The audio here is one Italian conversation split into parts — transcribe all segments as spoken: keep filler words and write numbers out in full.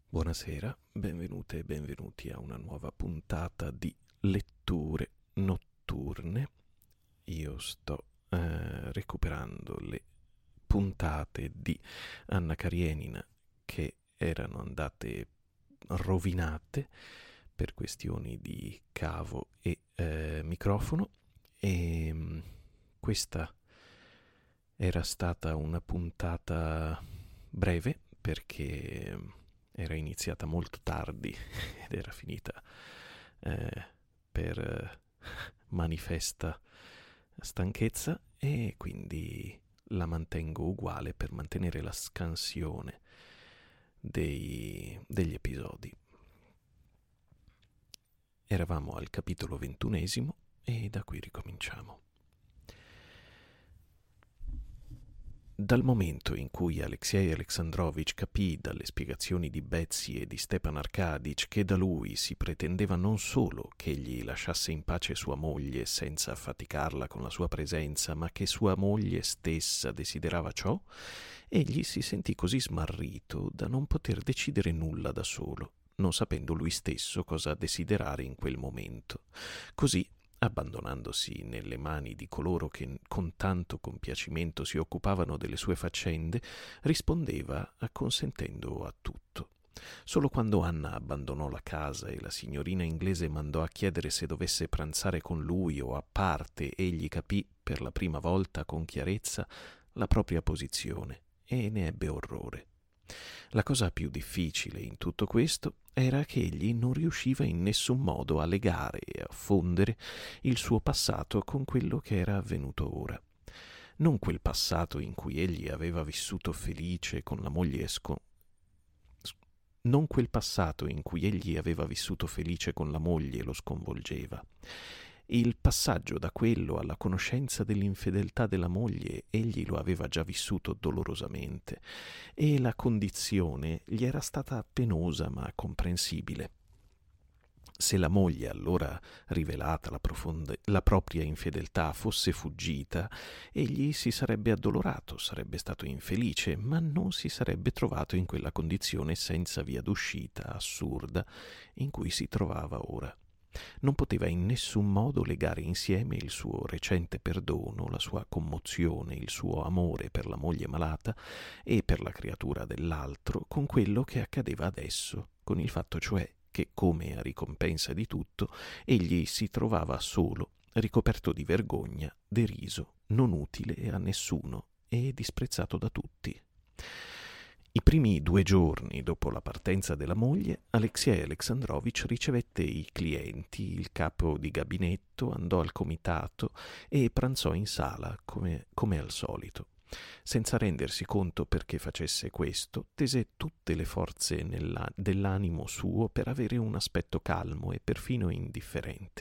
Buonasera, benvenute e benvenuti a una nuova puntata di Letture Notturne. Io sto eh, recuperando le puntate di Anna Karenina che erano andate rovinate per questioni di cavo e eh, microfono e mh, questa era stata una puntata breve perché era iniziata molto tardi ed era finita eh, per eh, manifesta stanchezza, e quindi la mantengo uguale per mantenere la scansione dei, degli episodi. Eravamo al capitolo ventunesimo e da qui ricominciamo. Dal momento in cui Alexei Alexandrovich capì dalle spiegazioni di Betsy e di Stepan Arkadych che da lui si pretendeva non solo che egli lasciasse in pace sua moglie senza affaticarla con la sua presenza, ma che sua moglie stessa desiderava ciò, egli si sentì così smarrito da non poter decidere nulla da solo, non sapendo lui stesso cosa desiderare in quel momento. Così, abbandonandosi nelle mani di coloro che con tanto compiacimento si occupavano delle sue faccende, rispondeva acconsentendo a tutto. Solo quando Anna abbandonò la casa e la signorina inglese mandò a chiedere se dovesse pranzare con lui o a parte, egli capì per la prima volta con chiarezza la propria posizione e ne ebbe orrore. La cosa più difficile in tutto questo era che egli non riusciva in nessun modo a legare e a fondere il suo passato con quello che era avvenuto ora. Non quel passato in cui egli aveva vissuto felice con la moglie sco- non quel passato in cui egli aveva vissuto felice con la moglie lo sconvolgeva. Il passaggio da quello alla conoscenza dell'infedeltà della moglie egli lo aveva già vissuto dolorosamente, e la condizione gli era stata penosa ma comprensibile. Se la moglie, allora rivelata la, profonde, la propria infedeltà, fosse fuggita, egli si sarebbe addolorato, sarebbe stato infelice, ma non si sarebbe trovato in quella condizione senza via d'uscita assurda in cui si trovava ora. Non poteva in nessun modo legare insieme il suo recente perdono, la sua commozione, il suo amore per la moglie malata e per la creatura dell'altro con quello che accadeva adesso, con il fatto cioè che, come a ricompensa di tutto, egli si trovava solo, ricoperto di vergogna, deriso, non utile a nessuno e disprezzato da tutti. I primi due giorni dopo la partenza della moglie, Alexei Alexandrovich ricevette i clienti, il capo di gabinetto, andò al comitato e pranzò in sala come, come al solito. Senza rendersi conto perché facesse questo, tese tutte le forze nella, dell'animo suo per avere un aspetto calmo e perfino indifferente.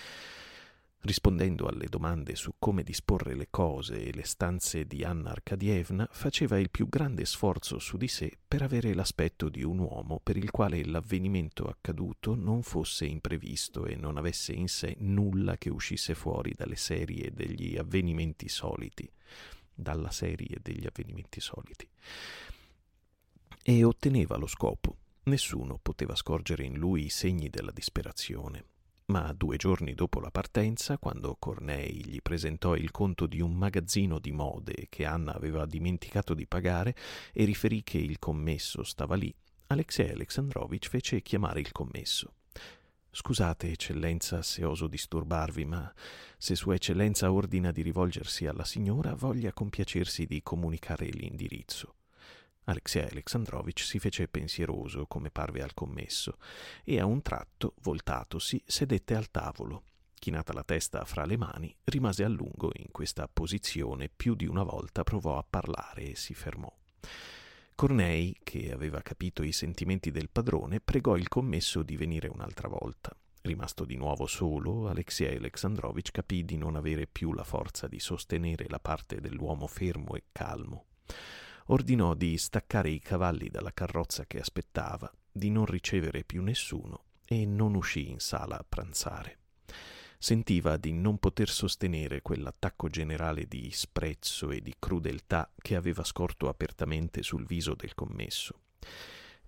Rispondendo alle domande su come disporre le cose e le stanze di Anna Arkadievna, faceva il più grande sforzo su di sé per avere l'aspetto di un uomo per il quale l'avvenimento accaduto non fosse imprevisto e non avesse in sé nulla che uscisse fuori dalle serie degli avvenimenti soliti, dalla serie degli avvenimenti soliti. E otteneva lo scopo. Nessuno poteva scorgere in lui i segni della disperazione. Ma due giorni dopo la partenza, quando Cornei gli presentò il conto di un magazzino di mode che Anna aveva dimenticato di pagare e riferì che il commesso stava lì, Alexei Alexandrovich fece chiamare il commesso. «Scusate, eccellenza, se oso disturbarvi, ma se sua eccellenza ordina di rivolgersi alla signora, voglia compiacersi di comunicare l'indirizzo». Alexei Alexandrovich si fece pensieroso, come parve al commesso, e a un tratto, voltatosi, sedette al tavolo. Chinata la testa fra le mani, rimase a lungo in questa posizione, più di una volta provò a parlare e si fermò. Cornei, che aveva capito i sentimenti del padrone, pregò il commesso di venire un'altra volta. Rimasto di nuovo solo, Alexei Alexandrovich capì di non avere più la forza di sostenere la parte dell'uomo fermo e calmo. Ordinò di staccare i cavalli dalla carrozza che aspettava, di non ricevere più nessuno e non uscì in sala a pranzare. Sentiva di non poter sostenere quell'attacco generale di sprezzo e di crudeltà che aveva scorto apertamente sul viso del commesso.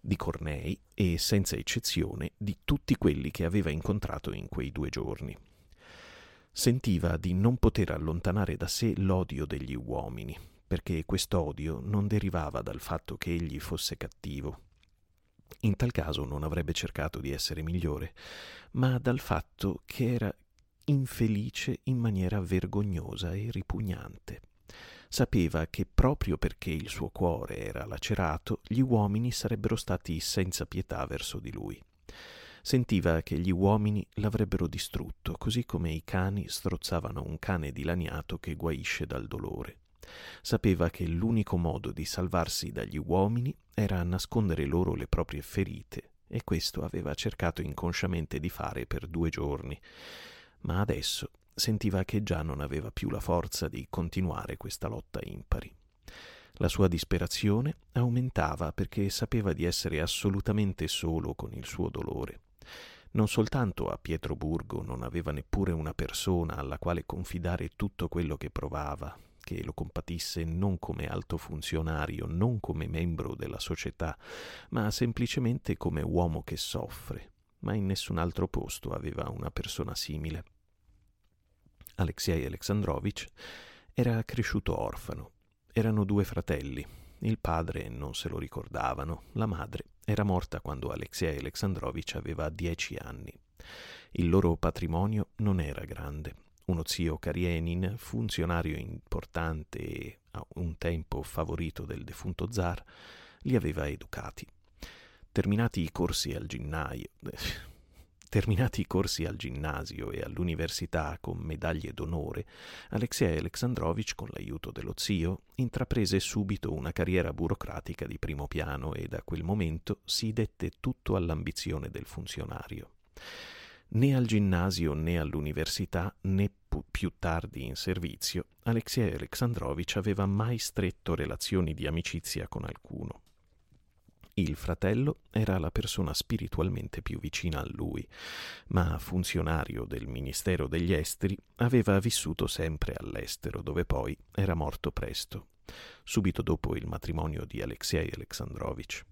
di Cornei e, senza eccezione, di tutti quelli che aveva incontrato in quei due giorni. Sentiva di non poter allontanare da sé l'odio degli uomini, perché quest'odio non derivava dal fatto che egli fosse cattivo. In tal caso non avrebbe cercato di essere migliore, ma dal fatto che era infelice in maniera vergognosa e ripugnante. Sapeva che proprio perché il suo cuore era lacerato, gli uomini sarebbero stati senza pietà verso di lui. Sentiva che gli uomini l'avrebbero distrutto, così come i cani strozzavano un cane dilaniato che guaisce dal dolore. Sapeva che l'unico modo di salvarsi dagli uomini era nascondere loro le proprie ferite, e questo aveva cercato inconsciamente di fare per due giorni. Ma adesso sentiva che già non aveva più la forza di continuare questa lotta impari. La sua disperazione aumentava perché sapeva di essere assolutamente solo con il suo dolore. Non soltanto a Pietroburgo non aveva neppure una persona alla quale confidare tutto quello che provava, che lo compatisse non come alto funzionario, non come membro della società, ma semplicemente come uomo che soffre, ma in nessun altro posto aveva una persona simile. Alexei Alexandrovich era cresciuto orfano. Erano due fratelli. Il padre non se lo ricordavano, la madre era morta quando Alexei Alexandrovich aveva dieci anni. Il loro patrimonio non era grande. Uno zio Karenin, funzionario importante e a un tempo favorito del defunto zar, li aveva educati. Terminati i corsi al ginnasio, terminati i corsi al ginnasio e all'università con medaglie d'onore, Alexei Alexandrovich, con l'aiuto dello zio, intraprese subito una carriera burocratica di primo piano e da quel momento si dette tutto all'ambizione del funzionario. Né al ginnasio né all'università, né pu- più tardi in servizio, Alexei Alexandrovich aveva mai stretto relazioni di amicizia con alcuno. Il fratello era la persona spiritualmente più vicina a lui, ma funzionario del Ministero degli Esteri, aveva vissuto sempre all'estero, dove poi era morto presto, subito dopo il matrimonio di Alexei Alexandrovich.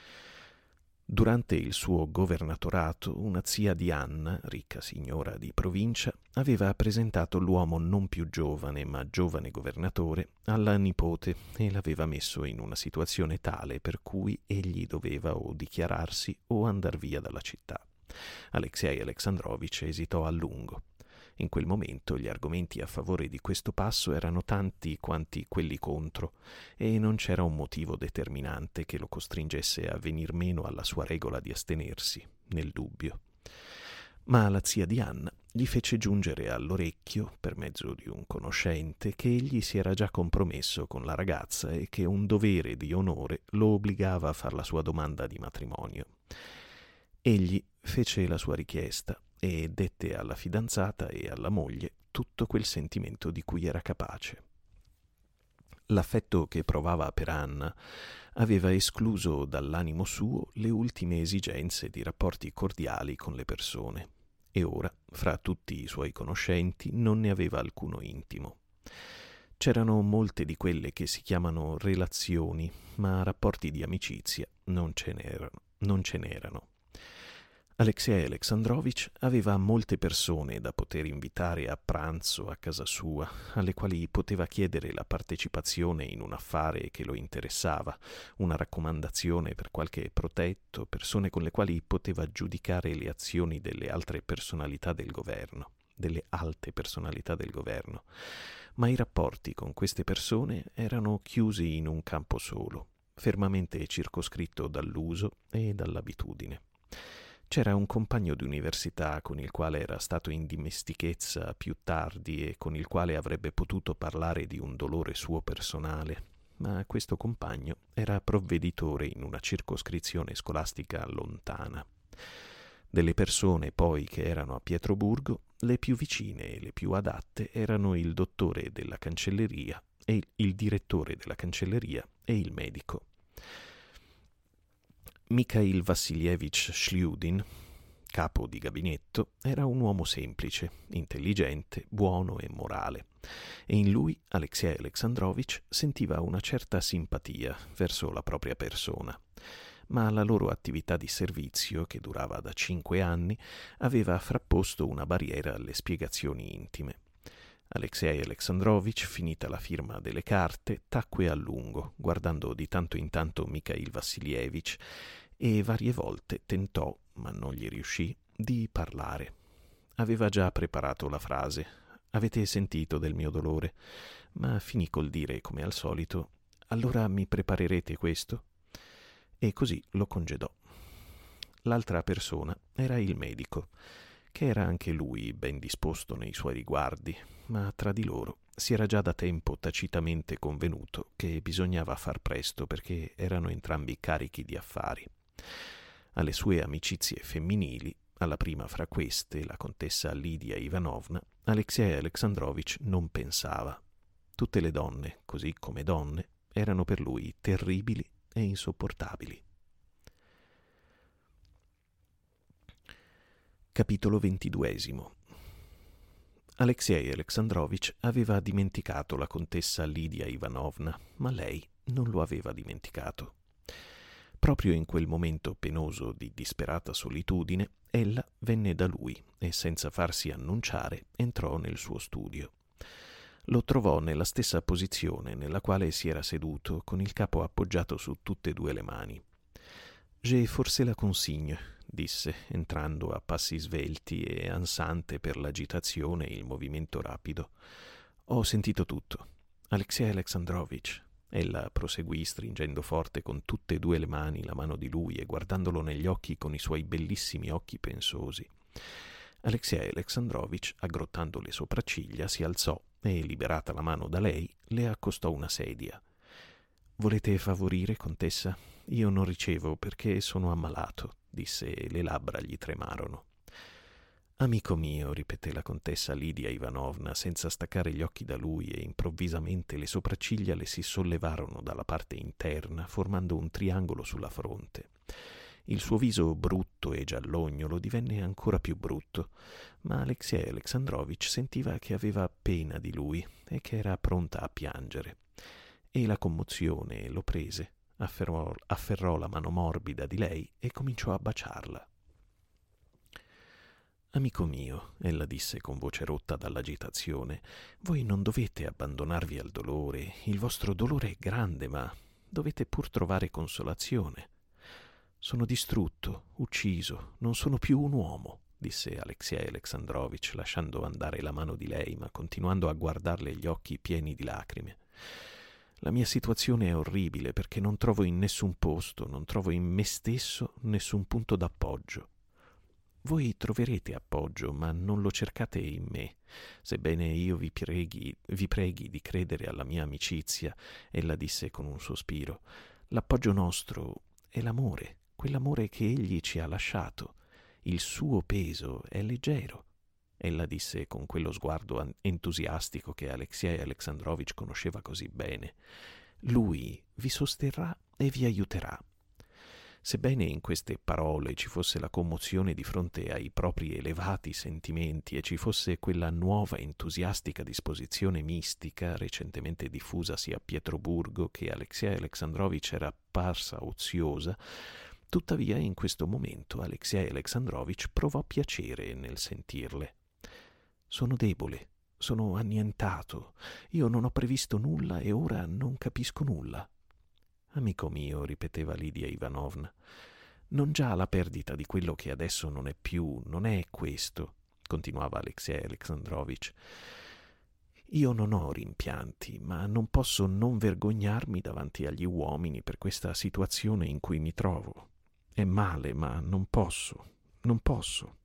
Durante il suo governatorato, una zia di Anna, ricca signora di provincia, aveva presentato l'uomo non più giovane ma giovane governatore alla nipote e l'aveva messo in una situazione tale per cui egli doveva o dichiararsi o andar via dalla città. Alexei Alexandrovich esitò a lungo. In quel momento gli argomenti a favore di questo passo erano tanti quanti quelli contro, e non c'era un motivo determinante che lo costringesse a venir meno alla sua regola di astenersi, nel dubbio. Ma la zia di Anna gli fece giungere all'orecchio, per mezzo di un conoscente, che egli si era già compromesso con la ragazza e che un dovere di onore lo obbligava a far la sua domanda di matrimonio. Egli fece la sua richiesta e dette alla fidanzata e alla moglie tutto quel sentimento di cui era capace. L'affetto che provava per Anna aveva escluso dall'animo suo le ultime esigenze di rapporti cordiali con le persone, e ora, fra tutti i suoi conoscenti, non ne aveva alcuno intimo. C'erano molte di quelle che si chiamano relazioni, ma rapporti di amicizia non ce n'erano. Non ce n'erano. Alexei Alexandrovich aveva molte persone da poter invitare a pranzo a casa sua, alle quali poteva chiedere la partecipazione in un affare che lo interessava, una raccomandazione per qualche protetto, persone con le quali poteva giudicare le azioni delle altre personalità del governo, delle alte personalità del governo. Ma i rapporti con queste persone erano chiusi in un campo solo, fermamente circoscritto dall'uso e dall'abitudine. C'era un compagno di università con il quale era stato in dimestichezza più tardi e con il quale avrebbe potuto parlare di un dolore suo personale, ma questo compagno era provveditore in una circoscrizione scolastica lontana. Delle persone poi che erano a Pietroburgo, le più vicine e le più adatte erano il dottore della cancelleria e il direttore della cancelleria e il medico. Mikhail Vassilievich Shlyudin, capo di gabinetto, era un uomo semplice, intelligente, buono e morale, e in lui Alexei Alexandrovich sentiva una certa simpatia verso la propria persona. ma la loro attività di servizio, che durava da cinque anni, aveva frapposto una barriera alle spiegazioni intime. Alexei Alexandrovich, finita la firma delle carte, tacque a lungo, guardando di tanto in tanto Mikhail Vassilievich, e varie volte tentò, ma non gli riuscì, di parlare. Aveva già preparato la frase: «Avete sentito del mio dolore?» Ma finì col dire, come al solito: «Allora mi preparerete questo?» E così lo congedò. L'altra persona era il medico, che era anche lui ben disposto nei suoi riguardi, ma tra di loro si era già da tempo tacitamente convenuto che bisognava far presto perché erano entrambi carichi di affari. Alle sue amicizie femminili, alla prima fra queste, la contessa Lidia Ivanovna, Alexei Alexandrovich non pensava. Tutte le donne, così come donne, erano per lui terribili e insopportabili. Capitolo ventiduesimo. Alexei Alexandrovich aveva dimenticato la contessa Lidia Ivanovna, ma lei non lo aveva dimenticato. Proprio in quel momento penoso di disperata solitudine, ella venne da lui e, senza farsi annunciare, entrò nel suo studio. Lo trovò nella stessa posizione nella quale si era seduto, con il capo appoggiato su tutte e due le mani. «J'ai forcé la consigne», disse, entrando a passi svelti e ansante per l'agitazione e il movimento rapido. «Ho sentito tutto. Alexei Alexandrovich», ella proseguì, stringendo forte con tutte e due le mani la mano di lui e guardandolo negli occhi con i suoi bellissimi occhi pensosi. Alexei Alexandrovich, aggrottando le sopracciglia, si alzò e, liberata la mano da lei, le accostò una sedia. «Volete favorire, contessa? Io non ricevo perché sono ammalato», disse, e le labbra gli tremarono. «Amico mio», ripeté la contessa Lidia Ivanovna senza staccare gli occhi da lui, e improvvisamente le sopracciglia le si sollevarono dalla parte interna, formando un triangolo sulla fronte. Il suo viso brutto e giallognolo divenne ancora più brutto, ma Alexei Alexandrovich sentiva che aveva pena di lui e che era pronta a piangere. E la commozione lo prese, afferrò, afferrò la mano morbida di lei e cominciò a baciarla. «Amico mio», ella disse con voce rotta dall'agitazione, «voi non dovete abbandonarvi al dolore. Il vostro dolore è grande, ma dovete pur trovare consolazione». «Sono distrutto, ucciso, non sono più un uomo», disse Alexei Alexandrovich, lasciando andare la mano di lei, ma continuando a guardarle gli occhi pieni di lacrime. «La mia situazione è orribile perché non trovo in nessun posto, non trovo in me stesso nessun punto d'appoggio. Voi troverete appoggio, ma non lo cercate in me, sebbene io vi preghi, vi preghi di credere alla mia amicizia», ella disse con un sospiro. «L'appoggio nostro è l'amore, quell'amore che egli ci ha lasciato. Il suo peso è leggero», ella disse con quello sguardo entusiastico che Alexei Alexandrovich conosceva così bene. «Lui vi sosterrà e vi aiuterà». Sebbene in queste parole ci fosse la commozione di fronte ai propri elevati sentimenti e ci fosse quella nuova entusiastica disposizione mistica recentemente diffusa sia a Pietroburgo che Alexei Alexandrovich era apparsa oziosa, tuttavia in questo momento Alexei Alexandrovich provò piacere nel sentirle. «Sono debole, sono annientato, io non ho previsto nulla e ora non capisco nulla». «Amico mio», ripeteva Lidia Ivanovna, «non già la perdita di quello che adesso non è più, non è questo», continuava Alexei Alexandrovich. «Io non ho rimpianti, ma non posso non vergognarmi davanti agli uomini per questa situazione in cui mi trovo. È male, ma non posso, non posso.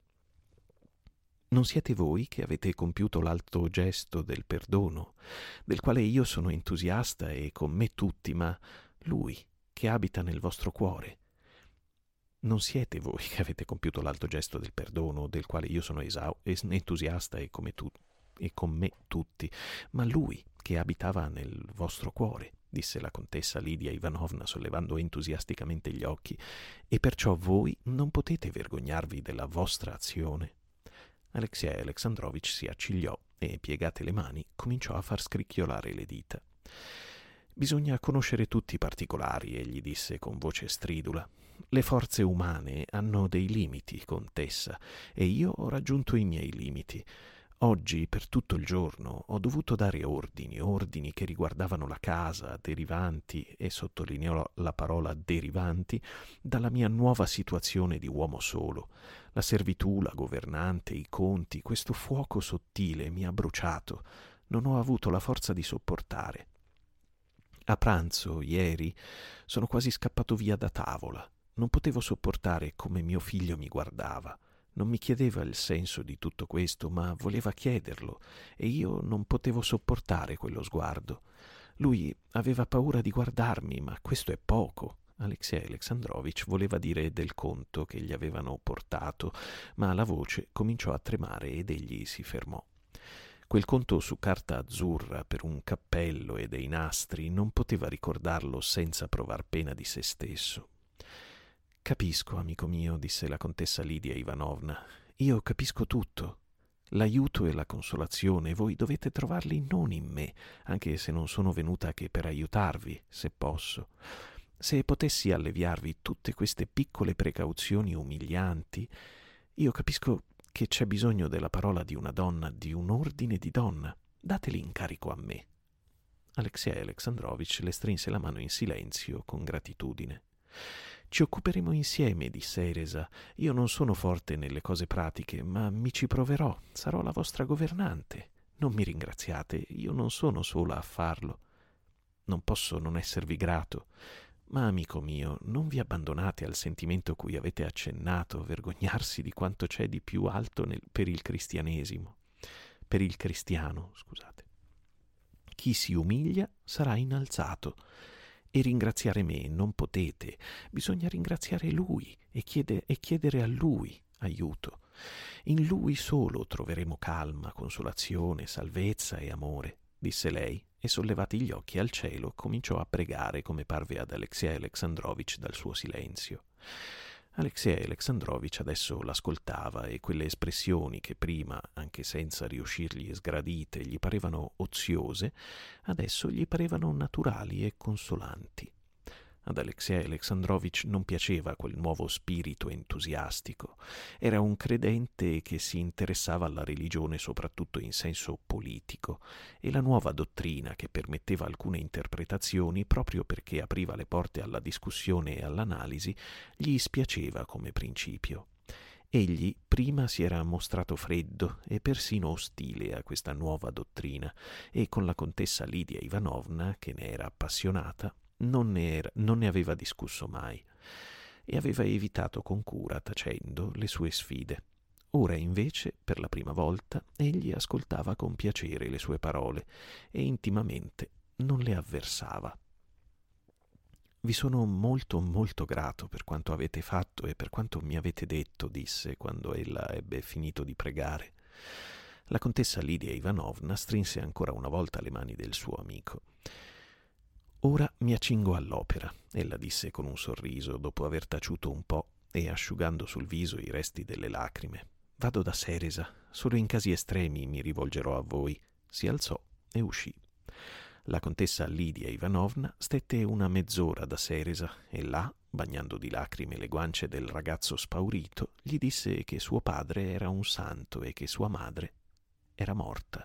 Non siete voi che avete compiuto l'alto gesto del perdono, del quale io sono entusiasta e con me tutti, ma lui che abita nel vostro cuore. Non siete voi che avete compiuto l'alto gesto del perdono, del quale io sono esau- entusiasta e, come tu- e con me tutti, ma lui che abitava nel vostro cuore», disse la contessa Lidia Ivanovna sollevando entusiasticamente gli occhi, «e perciò voi non potete vergognarvi della vostra azione». Alexei Alexandrovich si accigliò e, piegate le mani, cominciò a far scricchiolare le dita. «Bisogna conoscere tutti i particolari», egli disse con voce stridula. le forze umane hanno dei limiti, contessa, e io ho raggiunto i miei limiti. Oggi, per tutto il giorno, ho dovuto dare ordini, ordini che riguardavano la casa, derivanti, e sottolineò la parola derivanti, dalla mia nuova situazione di uomo solo. La servitù, la governante, i conti, questo fuoco sottile mi ha bruciato. Non ho avuto la forza di sopportare. A pranzo, ieri, sono quasi scappato via da tavola. Non potevo sopportare come mio figlio mi guardava. Non mi chiedeva il senso di tutto questo, ma voleva chiederlo, e io non potevo sopportare quello sguardo. Lui aveva paura di guardarmi, ma questo è poco. Alexei Alexandrovich voleva dire del conto che gli avevano portato, ma la voce cominciò a tremare ed egli si fermò. Quel conto su carta azzurra per un cappello e dei nastri non poteva ricordarlo senza provar pena di se stesso. «Capisco, amico mio», disse la contessa Lidia Ivanovna. «Io capisco tutto. L'aiuto e la consolazione voi dovete trovarli non in me, anche se non sono venuta che per aiutarvi, se posso. Se potessi alleviarvi tutte queste piccole precauzioni umilianti, io capisco che c'è bisogno della parola di una donna, di un ordine di donna. Date l'incarico a me». Alexei Alexandrovich le strinse la mano in silenzio, con gratitudine. «Ci occuperemo insieme», disse Eresa. «Io non sono forte nelle cose pratiche, ma mi ci proverò. Sarò la vostra governante. Non mi ringraziate, io non sono sola a farlo. Non posso non esservi grato. Ma, amico mio, non vi abbandonate al sentimento cui avete accennato, vergognarsi di quanto c'è di più alto nel, per il cristianesimo. Per il cristiano, scusate. Chi si umilia sarà innalzato. E ringraziare me non potete, bisogna ringraziare lui e, chiede, e chiedere a lui aiuto. In lui solo troveremo calma, consolazione, salvezza e amore», disse lei, e sollevati gli occhi al cielo cominciò a pregare come parve ad Alexei Alexandrovich dal suo silenzio. Alexei Alexandrovich adesso l'ascoltava e quelle espressioni che prima, anche senza riuscirgli sgradite, gli parevano oziose, adesso gli parevano naturali e consolanti. Ad Alexei Alexandrovich non piaceva quel nuovo spirito entusiastico. Era un credente che si interessava alla religione soprattutto in senso politico, e la nuova dottrina che permetteva alcune interpretazioni proprio perché apriva le porte alla discussione e all'analisi gli spiaceva come principio. Egli prima si era mostrato freddo e persino ostile a questa nuova dottrina, e con la contessa Lidia Ivanovna, che ne era appassionata, Non ne, era, non ne aveva discusso mai e aveva evitato con cura, tacendo, le sue sfide. Ora invece, per la prima volta, egli ascoltava con piacere le sue parole e intimamente non le avversava. «Vi sono molto molto grato per quanto avete fatto e per quanto mi avete detto», disse quando ella ebbe finito di pregare. La contessa Lidia Ivanovna strinse ancora una volta le mani del suo amico. «Ora mi accingo all'opera», ella disse con un sorriso, dopo aver taciuto un po' e asciugando sul viso i resti delle lacrime. «Vado da Seresa. Solo in casi estremi mi rivolgerò a voi». Si alzò e uscì. La contessa Lidia Ivanovna stette una mezz'ora da Seresa e là, bagnando di lacrime le guance del ragazzo spaurito, gli disse che suo padre era un santo e che sua madre era morta.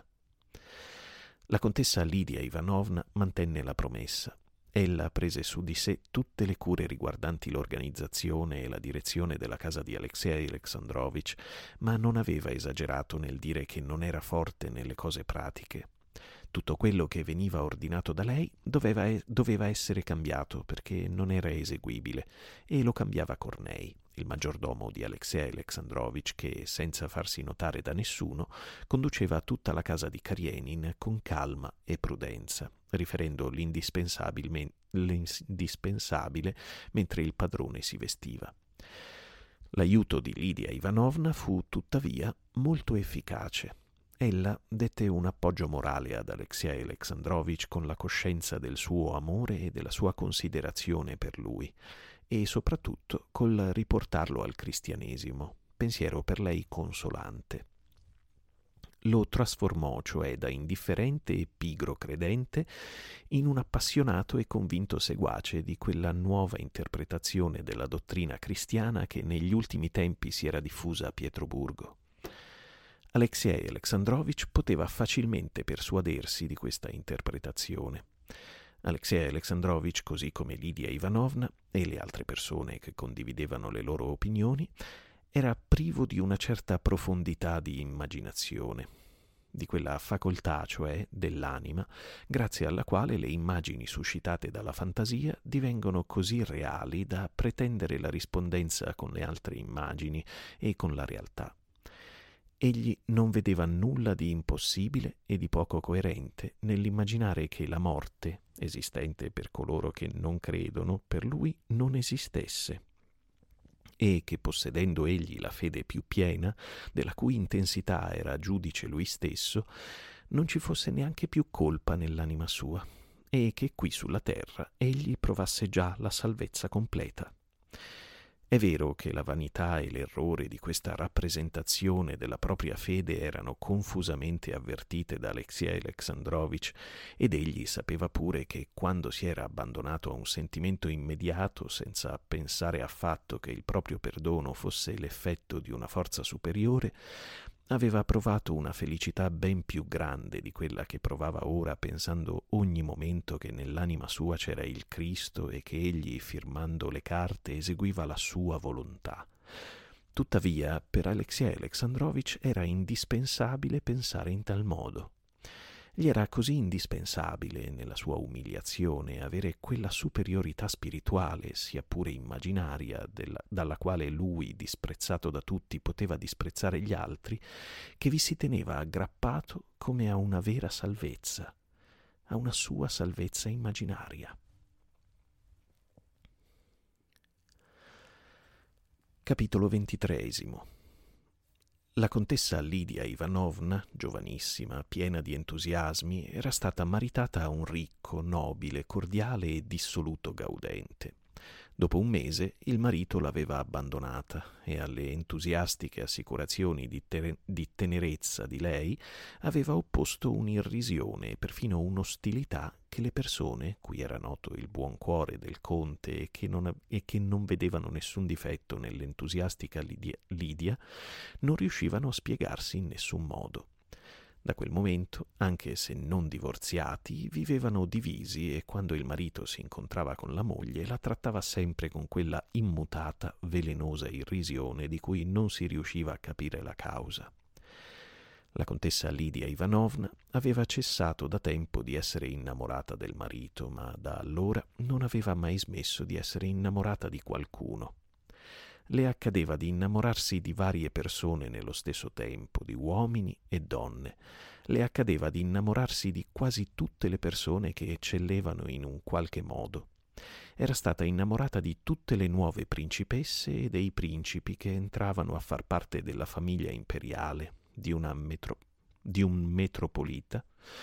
La contessa Lidia Ivanovna mantenne la promessa. Ella prese su di sé tutte le cure riguardanti l'organizzazione e la direzione della casa di Alexei Alexandrovich, ma non aveva esagerato nel dire che non era forte nelle cose pratiche. Tutto quello che veniva ordinato da lei doveva, doveva essere cambiato perché non era eseguibile, e lo cambiava Cornei, il maggiordomo di Alexei Alexandrovich, che, senza farsi notare da nessuno, conduceva tutta la casa di Karenin con calma e prudenza, riferendo l'indispensabile, l'indispensabile mentre il padrone si vestiva. L'aiuto di Lidia Ivanovna fu, tuttavia, molto efficace. Ella dette un appoggio morale ad Alexei Alexandrovich con la coscienza del suo amore e della sua considerazione per lui, e soprattutto col riportarlo al cristianesimo, pensiero per lei consolante. Lo trasformò, cioè, da indifferente e pigro credente in un appassionato e convinto seguace di quella nuova interpretazione della dottrina cristiana che negli ultimi tempi si era diffusa a Pietroburgo. Alexei Alexandrovich poteva facilmente persuadersi di questa interpretazione. Alexei Alexandrovich, così come Lidia Ivanovna e le altre persone che condividevano le loro opinioni, era privo di una certa profondità di immaginazione, di quella facoltà, cioè, dell'anima, grazie alla quale le immagini suscitate dalla fantasia divengono così reali da pretendere la rispondenza con le altre immagini e con la realtà. Egli non vedeva nulla di impossibile e di poco coerente nell'immaginare che la morte, esistente per coloro che non credono, per lui non esistesse, e che, possedendo egli la fede più piena, della cui intensità era giudice lui stesso, non ci fosse neanche più colpa nell'anima sua, e che qui sulla terra egli provasse già la salvezza completa. È vero che la vanità e l'errore di questa rappresentazione della propria fede erano confusamente avvertite da Alexei Alexandrovich, ed egli sapeva pure che quando si era abbandonato a un sentimento immediato, senza pensare affatto che il proprio perdono fosse l'effetto di una forza superiore, aveva provato una felicità ben più grande di quella che provava ora, pensando ogni momento che nell'anima sua c'era il Cristo e che egli, firmando le carte, eseguiva la sua volontà. Tuttavia, per Alexei Alexandrovich era indispensabile pensare in tal modo. Gli era così indispensabile, nella sua umiliazione, avere quella superiorità spirituale, sia pure immaginaria, della, dalla quale lui, disprezzato da tutti, poteva disprezzare gli altri, che vi si teneva aggrappato come a una vera salvezza, a una sua salvezza immaginaria. Capitolo ventitreesimo. La contessa Lidia Ivanovna, giovanissima, piena di entusiasmi, era stata maritata a un ricco, nobile, cordiale e dissoluto gaudente. Dopo un mese il marito l'aveva abbandonata e alle entusiastiche assicurazioni di, ter- di tenerezza di lei aveva opposto un'irrisione e perfino un'ostilità che le persone, cui era noto il buon cuore del conte e che non, e che non vedevano nessun difetto nell'entusiastica Lidia, Lidia, non riuscivano a spiegarsi in nessun modo. Da quel momento, anche se non divorziati, vivevano divisi e quando il marito si incontrava con la moglie la trattava sempre con quella immutata, velenosa irrisione di cui non si riusciva a capire la causa. La contessa Lidia Ivanovna aveva cessato da tempo di essere innamorata del marito, ma da allora non aveva mai smesso di essere innamorata di qualcuno. Le accadeva di innamorarsi di varie persone nello stesso tempo, di uomini e donne. Le accadeva di innamorarsi di quasi tutte le persone che eccellevano in un qualche modo. Era stata innamorata di tutte le nuove principesse e dei principi che entravano a far parte della famiglia imperiale, di una metro, di un metropolita,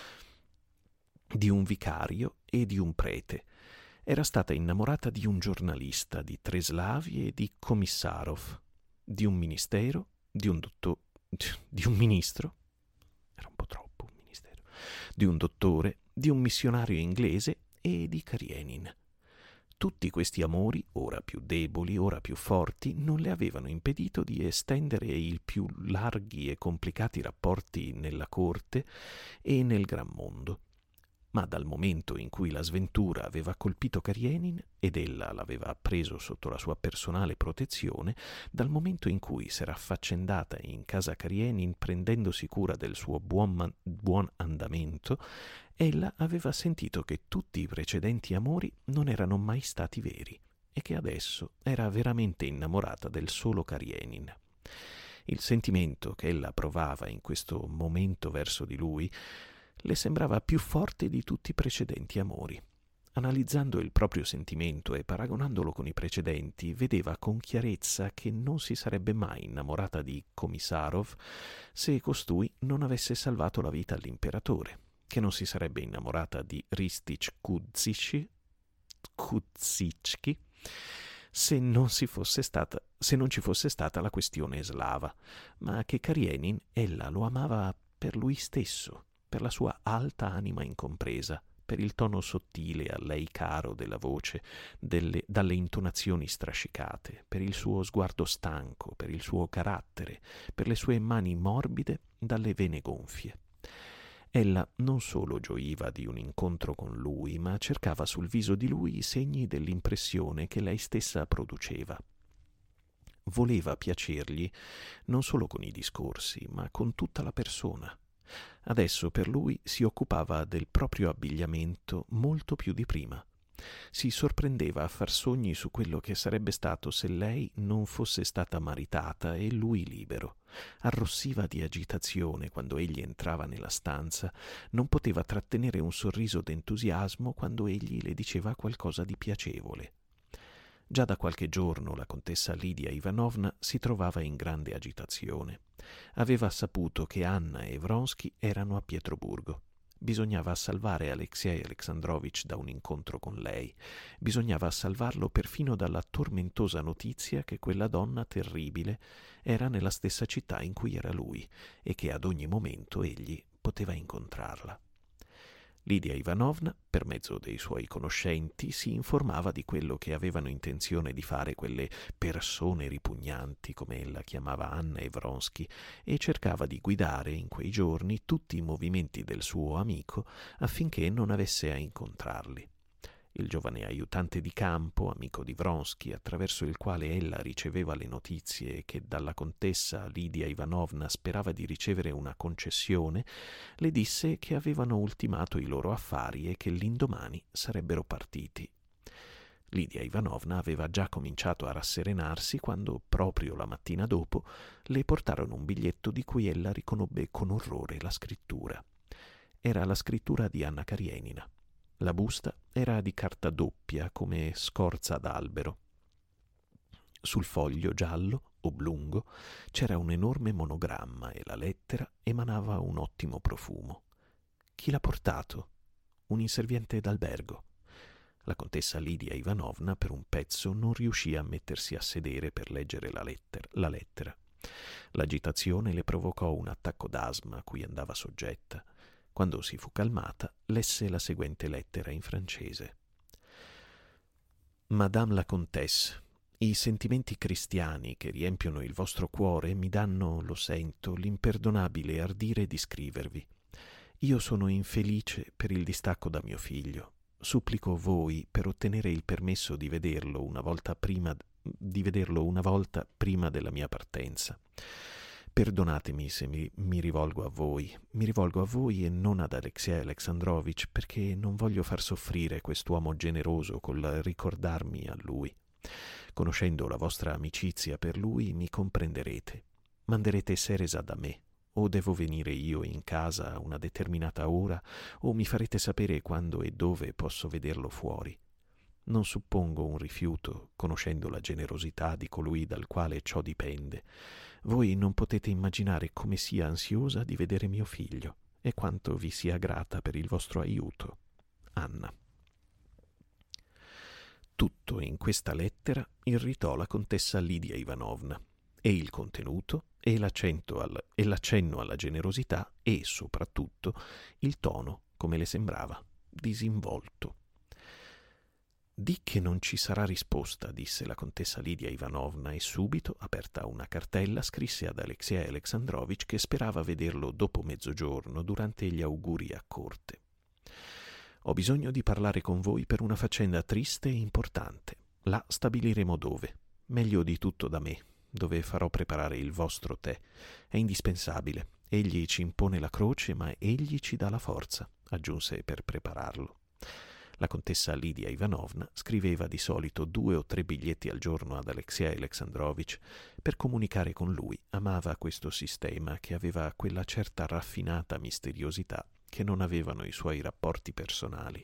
di un vicario e di un prete. Era stata innamorata di un giornalista, di Treslavi e di Komissarov, di un ministero, di un dottor, di un ministro, era un po' troppo un ministero, di un dottore, di un missionario inglese e di Karenin. Tutti questi amori, ora più deboli, ora più forti, non le avevano impedito di estendere i più larghi e complicati rapporti nella corte e nel gran mondo. Ma dal momento in cui la sventura aveva colpito Karenin ed ella l'aveva preso sotto la sua personale protezione, dal momento in cui s'era affaccendata in casa Karenin prendendosi cura del suo buon, man- buon andamento, ella aveva sentito che tutti i precedenti amori non erano mai stati veri e che adesso era veramente innamorata del solo Karenin. Il sentimento che ella provava in questo momento verso di lui le sembrava più forte di tutti i precedenti amori. Analizzando il proprio sentimento e paragonandolo con i precedenti, vedeva con chiarezza che non si sarebbe mai innamorata di Komissarov se costui non avesse salvato la vita all'imperatore, che non si sarebbe innamorata di Ristich Kudzicki se non, si fosse stata, se non ci fosse stata la questione slava, ma che Karenin ella lo amava per lui stesso, per la sua alta anima incompresa, per il tono sottile a lei caro della voce, delle, dalle intonazioni strascicate, per il suo sguardo stanco, per il suo carattere, per le sue mani morbide dalle vene gonfie. Ella non solo gioiva di un incontro con lui, ma cercava sul viso di lui i segni dell'impressione che lei stessa produceva. Voleva piacergli non solo con i discorsi, ma con tutta la persona. Adesso per lui si occupava del proprio abbigliamento molto più di prima. Si sorprendeva a far sogni su quello che sarebbe stato se lei non fosse stata maritata e lui libero. Arrossiva di agitazione quando egli entrava nella stanza, non poteva trattenere un sorriso d'entusiasmo quando egli le diceva qualcosa di piacevole. Già da qualche giorno la contessa Lidia Ivanovna si trovava in grande agitazione. Aveva saputo che Anna e Vronsky erano a Pietroburgo. Bisognava salvare Alexei Alexandrovich da un incontro con lei. Bisognava salvarlo perfino dalla tormentosa notizia che quella donna terribile era nella stessa città in cui era lui e che ad ogni momento egli poteva incontrarla. Lidia Ivanovna, per mezzo dei suoi conoscenti, si informava di quello che avevano intenzione di fare quelle persone ripugnanti, come ella chiamava Anna e Vronsky, e cercava di guidare in quei giorni tutti i movimenti del suo amico affinché non avesse a incontrarli. Il giovane aiutante di campo, amico di Vronsky, attraverso il quale ella riceveva le notizie e che dalla contessa Lidia Ivanovna sperava di ricevere una concessione, le disse che avevano ultimato i loro affari e che l'indomani sarebbero partiti. Lidia Ivanovna aveva già cominciato a rasserenarsi quando, proprio la mattina dopo, le portarono un biglietto di cui ella riconobbe con orrore la scrittura. Era la scrittura di Anna Karenina. La busta era di carta doppia come scorza d'albero. Sul foglio giallo, oblungo, c'era un enorme monogramma e la lettera emanava un ottimo profumo. Chi l'ha portato? Un inserviente d'albergo. La contessa Lidia Ivanovna per un pezzo non riuscì a mettersi a sedere per leggere la lettera. La lettera. L'agitazione le provocò un attacco d'asma a cui andava soggetta. Quando si fu calmata, lesse la seguente lettera in francese. Madame la Comtesse, i sentimenti cristiani che riempiono il vostro cuore mi danno, lo sento, l'imperdonabile ardire di scrivervi. Io sono infelice per il distacco da mio figlio. Supplico voi per ottenere il permesso di vederlo una volta prima, di vederlo una volta prima della mia partenza. Perdonatemi se mi, mi rivolgo a voi, mi rivolgo a voi e non ad Alexei Alexandrovich, perché non voglio far soffrire quest'uomo generoso col ricordarmi a lui. Conoscendo la vostra amicizia per lui, mi comprenderete. Manderete Seresa da me, o devo venire io in casa a una determinata ora, o mi farete sapere quando e dove posso vederlo fuori. Non suppongo un rifiuto, conoscendo la generosità di colui dal quale ciò dipende. Voi non potete immaginare come sia ansiosa di vedere mio figlio e quanto vi sia grata per il vostro aiuto. Anna. Tutto in questa lettera irritò la contessa Lidia Ivanovna, e il contenuto, e l'accento al, e l'accenno alla generosità, e soprattutto il tono, come le sembrava, disinvolto. Di che non ci sarà risposta, disse la contessa Lidia Ivanovna e subito, aperta una cartella, scrisse ad Alexei Alexandrovich che sperava vederlo dopo mezzogiorno durante gli auguri a corte. Ho bisogno di parlare con voi per una faccenda triste e importante. La stabiliremo dove? Meglio di tutto da me, dove farò preparare il vostro tè. È indispensabile. Egli ci impone la croce, ma egli ci dà la forza, aggiunse per prepararlo. La contessa Lidia Ivanovna scriveva di solito due o tre biglietti al giorno ad Alexei Alexandrovich per comunicare con lui. Amava questo sistema che aveva quella certa raffinata misteriosità che non avevano i suoi rapporti personali.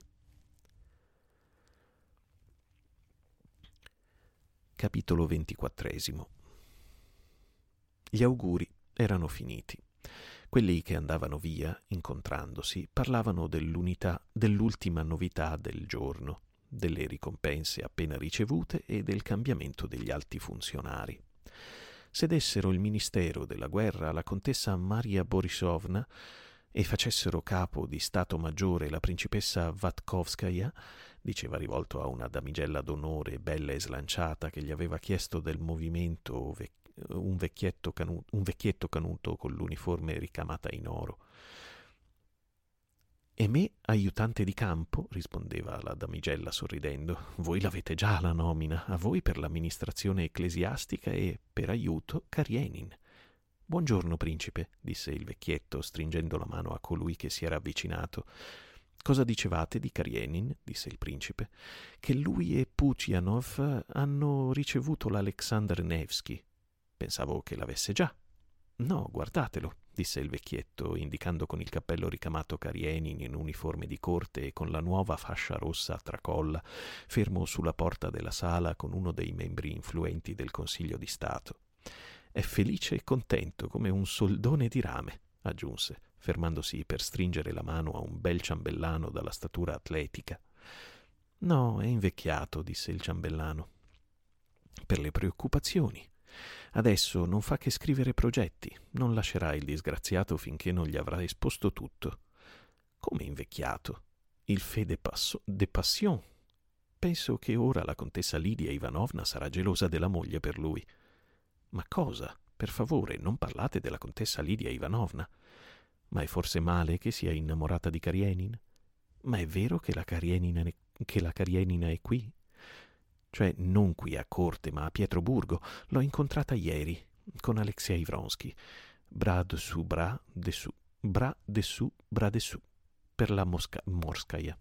Capitolo ventiquattresimo. Gli auguri erano finiti. Quelli che andavano via, incontrandosi, parlavano dell'unità, dell'ultima novità del giorno, delle ricompense appena ricevute e del cambiamento degli alti funzionari. cedessero il ministero della guerra alla contessa Maria Borisovna e facessero capo di Stato Maggiore la principessa Vatkovskaya, diceva rivolto a una damigella d'onore bella e slanciata che gli aveva chiesto del movimento un vecchietto, canu- un vecchietto canuto con l'uniforme ricamata in oro. «E me, aiutante di campo», rispondeva la damigella sorridendo, «voi l'avete già la nomina, a voi per l'amministrazione ecclesiastica e, per aiuto, Karienin». «Buongiorno, principe», disse il vecchietto, stringendo la mano a colui che si era avvicinato. «Cosa dicevate di Karienin?» disse il principe. «Che lui e Pucianov hanno ricevuto l'Alexander Nevsky. Pensavo che l'avesse già». «No, guardatelo», disse il vecchietto, indicando con il cappello ricamato Karienin in uniforme di corte e con la nuova fascia rossa a tracolla, fermo sulla porta della sala con uno dei membri influenti del Consiglio di Stato. «È felice e contento come un soldone di rame», aggiunse, fermandosi per stringere la mano a un bel ciambellano dalla statura atletica. «No, è invecchiato», disse il ciambellano, «per le preoccupazioni. Adesso non fa che scrivere progetti, non lascerà il disgraziato finché non gli avrà esposto tutto». «Come invecchiato? Il fait de, passo, de passion. Penso che ora la contessa Lidia Ivanovna sarà gelosa della moglie per lui». «Ma cosa? Per favore, non parlate della contessa Lidia Ivanovna. Ma è forse male che sia innamorata di Karienin? Ma è vero che la Karienina, che la Karienina è qui? Cioè non qui a corte, ma a Pietroburgo. L'ho incontrata ieri con Alexei Vronsky. Bras dessous, bras dessous, bras dessous, bras dessous, per la Mosca- Morskaya.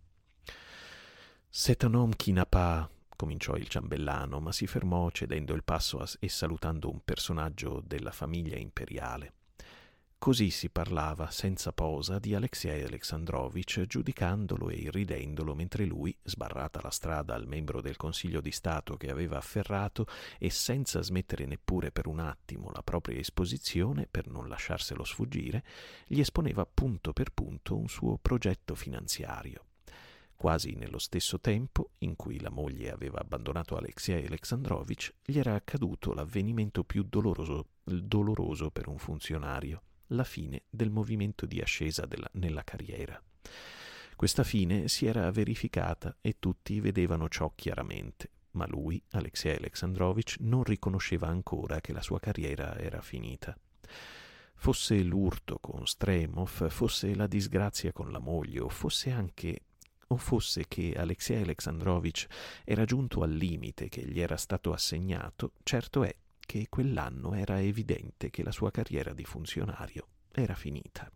C'est un homme qui n'a pas...» cominciò il ciambellano, ma si fermò cedendo il passo e salutando un personaggio della famiglia imperiale. Così si parlava senza posa di Alexei Alexandrovich, giudicandolo e irridendolo, mentre lui, sbarrata la strada al membro del Consiglio di Stato che aveva afferrato e senza smettere neppure per un attimo la propria esposizione per non lasciarselo sfuggire, gli esponeva punto per punto un suo progetto finanziario. Quasi nello stesso tempo in cui la moglie aveva abbandonato Alexei Alexandrovich, gli era accaduto l'avvenimento più doloroso, doloroso per un funzionario, la fine del movimento di ascesa della, nella carriera. Questa fine si era verificata e tutti vedevano ciò chiaramente, ma lui, Alexei Alexandrovich, non riconosceva ancora che la sua carriera era finita. Fosse l'urto con Stremov, fosse la disgrazia con la moglie, o fosse anche o fosse che Alexei Alexandrovich era giunto al limite che gli era stato assegnato, certo è che quell'anno era evidente che la sua carriera di funzionario era finita.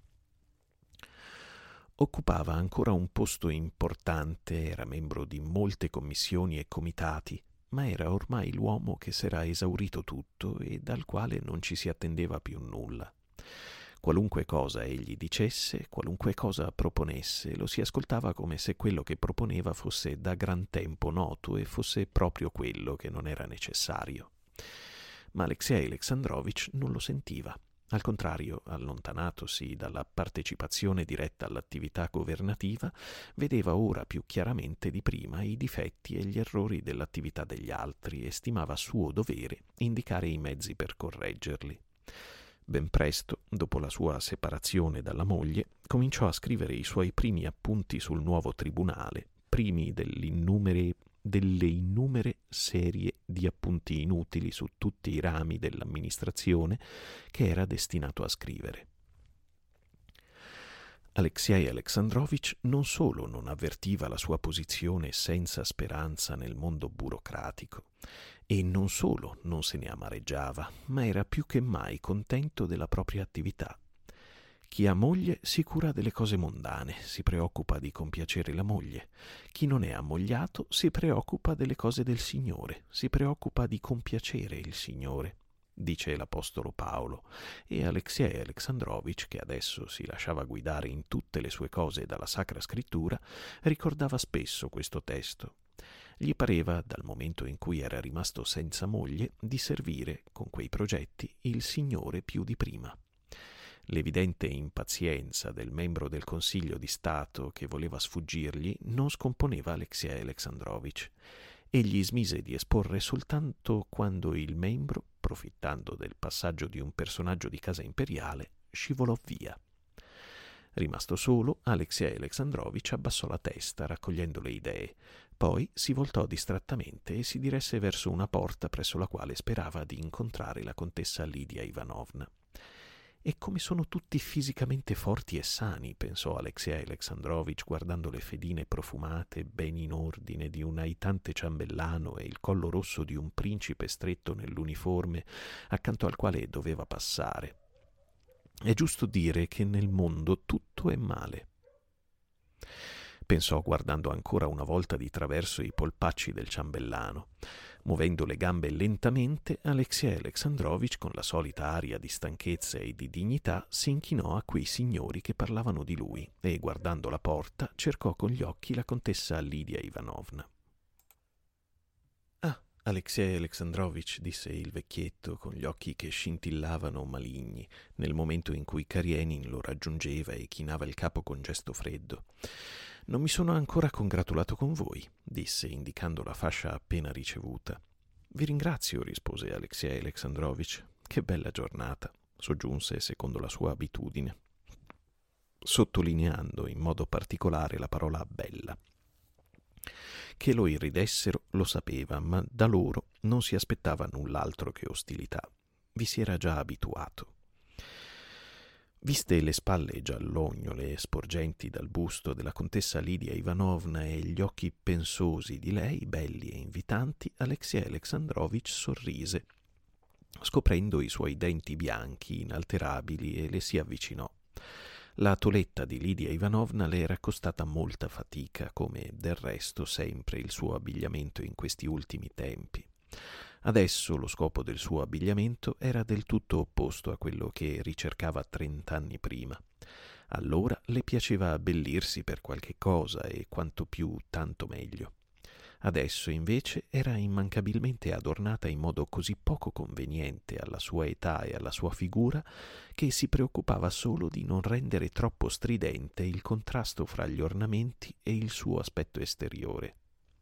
Occupava ancora un posto importante, era membro di molte commissioni e comitati, ma era ormai l'uomo che s'era esaurito tutto e dal quale non ci si attendeva più nulla. Qualunque cosa egli dicesse, qualunque cosa proponesse, lo si ascoltava come se quello che proponeva fosse da gran tempo noto e fosse proprio quello che non era necessario. Ma Alexei Alexandrovich non lo sentiva. Al contrario, allontanatosi dalla partecipazione diretta all'attività governativa, vedeva ora più chiaramente di prima i difetti e gli errori dell'attività degli altri e stimava suo dovere indicare i mezzi per correggerli. Ben presto, dopo la sua separazione dalla moglie, cominciò a scrivere i suoi primi appunti sul nuovo tribunale, primi dell'innumere, delle innumere serie di appunti inutili su tutti i rami dell'amministrazione che era destinato a scrivere. Alexei Alexandrovich non solo non avvertiva la sua posizione senza speranza nel mondo burocratico, e non solo non se ne amareggiava, ma era più che mai contento della propria attività. Chi ha moglie si cura delle cose mondane, si preoccupa di compiacere la moglie. Chi non è ammogliato si preoccupa delle cose del Signore, si preoccupa di compiacere il Signore, dice l'Apostolo Paolo, e Alexei Alexandrovich, che adesso si lasciava guidare in tutte le sue cose dalla Sacra Scrittura, ricordava spesso questo testo. Gli pareva, dal momento in cui era rimasto senza moglie, di servire, con quei progetti, il Signore più di prima. L'evidente impazienza del membro del Consiglio di Stato che voleva sfuggirgli non scomponeva Alexei Alexandrovich. egli smise di esporre soltanto quando il membro, approfittando del passaggio di un personaggio di casa imperiale, scivolò via. Rimasto solo, Alexei Alexandrovich abbassò la testa, raccogliendo le idee. Poi si voltò distrattamente e si diresse verso una porta presso la quale sperava di incontrare la contessa Lidia Ivanovna. E come sono tutti fisicamente forti e sani, pensò Alexei Alexandrovich guardando le fedine profumate, ben in ordine, di un aitante ciambellano e il collo rosso di un principe stretto nell'uniforme accanto al quale doveva passare. È giusto dire che nel mondo tutto è male. Pensò guardando ancora una volta di traverso i polpacci del ciambellano. Muovendo le gambe lentamente, Alexei Alexandrovich, con la solita aria di stanchezza e di dignità, si inchinò a quei signori che parlavano di lui e, guardando la porta, cercò con gli occhi la contessa Lidia Ivanovna. «Ah, Alexei Alexandrovich», disse il vecchietto, con gli occhi che scintillavano maligni, nel momento in cui Karenin lo raggiungeva e chinava il capo con gesto freddo. «Non mi sono ancora congratulato con voi», disse, indicando la fascia appena ricevuta. «Vi ringrazio», rispose Alexei Alexandrovich. «Che bella giornata», soggiunse secondo la sua abitudine, sottolineando in modo particolare la parola bella. Che lo irridessero lo sapeva, ma da loro non si aspettava null'altro che ostilità. Vi si era già abituato. Viste le spalle giallognole e sporgenti dal busto della contessa Lidia Ivanovna e gli occhi pensosi di lei, belli e invitanti, Alexei Alexandrovich sorrise, scoprendo i suoi denti bianchi, inalterabili, e le si avvicinò. La toletta di Lidia Ivanovna le era costata molta fatica, come del resto sempre il suo abbigliamento in questi ultimi tempi. Adesso lo scopo del suo abbigliamento era del tutto opposto a quello che ricercava trent'anni prima. Allora le piaceva abbellirsi per qualche cosa e quanto più tanto meglio. Adesso invece era immancabilmente adornata in modo così poco conveniente alla sua età e alla sua figura che si preoccupava solo di non rendere troppo stridente il contrasto fra gli ornamenti e il suo aspetto esteriore.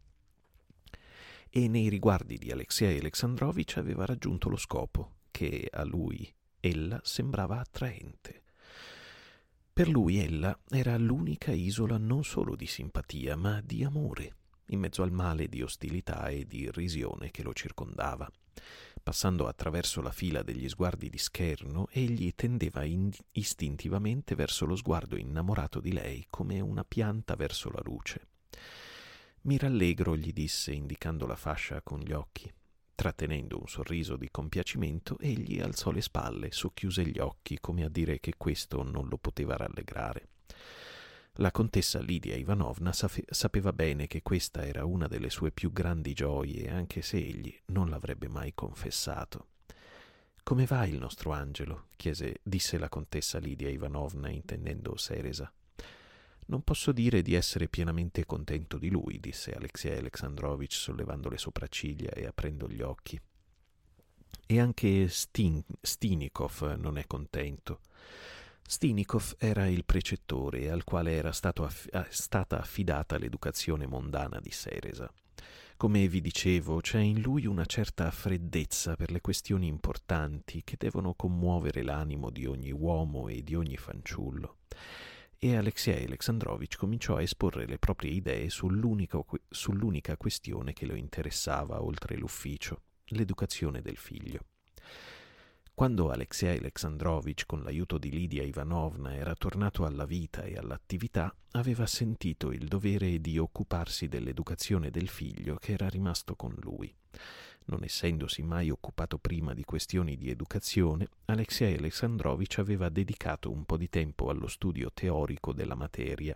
E nei riguardi di Alexei Alexandrovich aveva raggiunto lo scopo, che a lui ella sembrava attraente. Per lui ella era l'unica isola non solo di simpatia, ma di amore, in mezzo al male di ostilità e di irrisione che lo circondava. Passando attraverso la fila degli sguardi di scherno, egli tendeva in- istintivamente verso lo sguardo innamorato di lei, come una pianta verso la luce. «Mi rallegro», gli disse, indicando la fascia con gli occhi. Trattenendo un sorriso di compiacimento, egli alzò le spalle, socchiuse gli occhi, come a dire che questo non lo poteva rallegrare. La contessa Lidia Ivanovna sape- sapeva bene che questa era una delle sue più grandi gioie, anche se egli non l'avrebbe mai confessato. «Come va il nostro angelo?» chiese, disse la contessa Lidia Ivanovna, intendendo Seresa. «Non posso dire di essere pienamente contento di lui», disse Alexei Alexandrovich, sollevando le sopracciglia e aprendo gli occhi. «E anche Stin- Stinikov non è contento». Stinikov era il precettore al quale era stato aff- stata affidata l'educazione mondana di Seresa. Come vi dicevo, c'è in lui una certa freddezza per le questioni importanti che devono commuovere l'animo di ogni uomo e di ogni fanciullo. E Alexei Alexandrovich cominciò a esporre le proprie idee sull'unica, sull'unica questione che lo interessava oltre l'ufficio, l'educazione del figlio. Quando Alexei Alexandrovich, con l'aiuto di Lidia Ivanovna, era tornato alla vita e all'attività, aveva sentito il dovere di occuparsi dell'educazione del figlio che era rimasto con lui. Non essendosi mai occupato prima di questioni di educazione, Alexei Alexandrovich aveva dedicato un po' di tempo allo studio teorico della materia.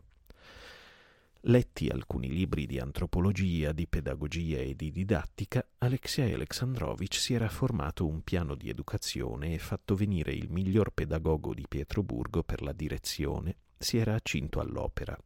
Letti alcuni libri di antropologia, di pedagogia e di didattica, Alexei Alexandrovich si era formato un piano di educazione e, fatto venire il miglior pedagogo di Pietroburgo per la direzione, si era accinto all'opera.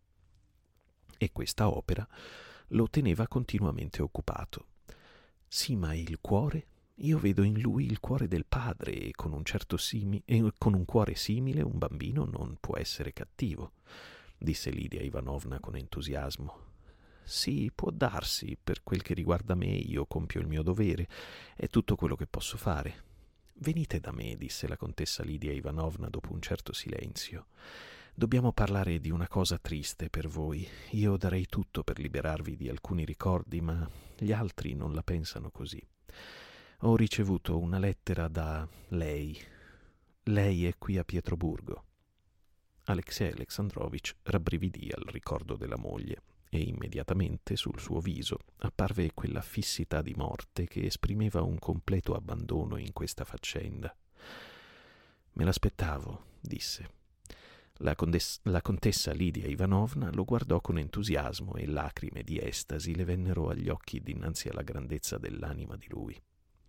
E questa opera lo teneva continuamente occupato. «Sì, ma il cuore? Io vedo in lui il cuore del padre e con un certo simi- e con un cuore simile un bambino non può essere cattivo», disse Lidia Ivanovna con entusiasmo. Sì, può darsi, per quel che riguarda me io compio il mio dovere, è tutto quello che posso fare. Venite da me, disse la contessa Lidia Ivanovna dopo un certo silenzio. Dobbiamo parlare di una cosa triste per voi. Io darei tutto per liberarvi di alcuni ricordi, ma gli altri non la pensano così. Ho ricevuto una lettera da lei. Lei è qui a Pietroburgo. Alexei Alexandrovich rabbrividì al ricordo della moglie e immediatamente sul suo viso apparve quella fissità di morte che esprimeva un completo abbandono in questa faccenda. Me l'aspettavo, disse. La, condes- la contessa Lidia Ivanovna lo guardò con entusiasmo e lacrime di estasi le vennero agli occhi dinanzi alla grandezza dell'anima di lui.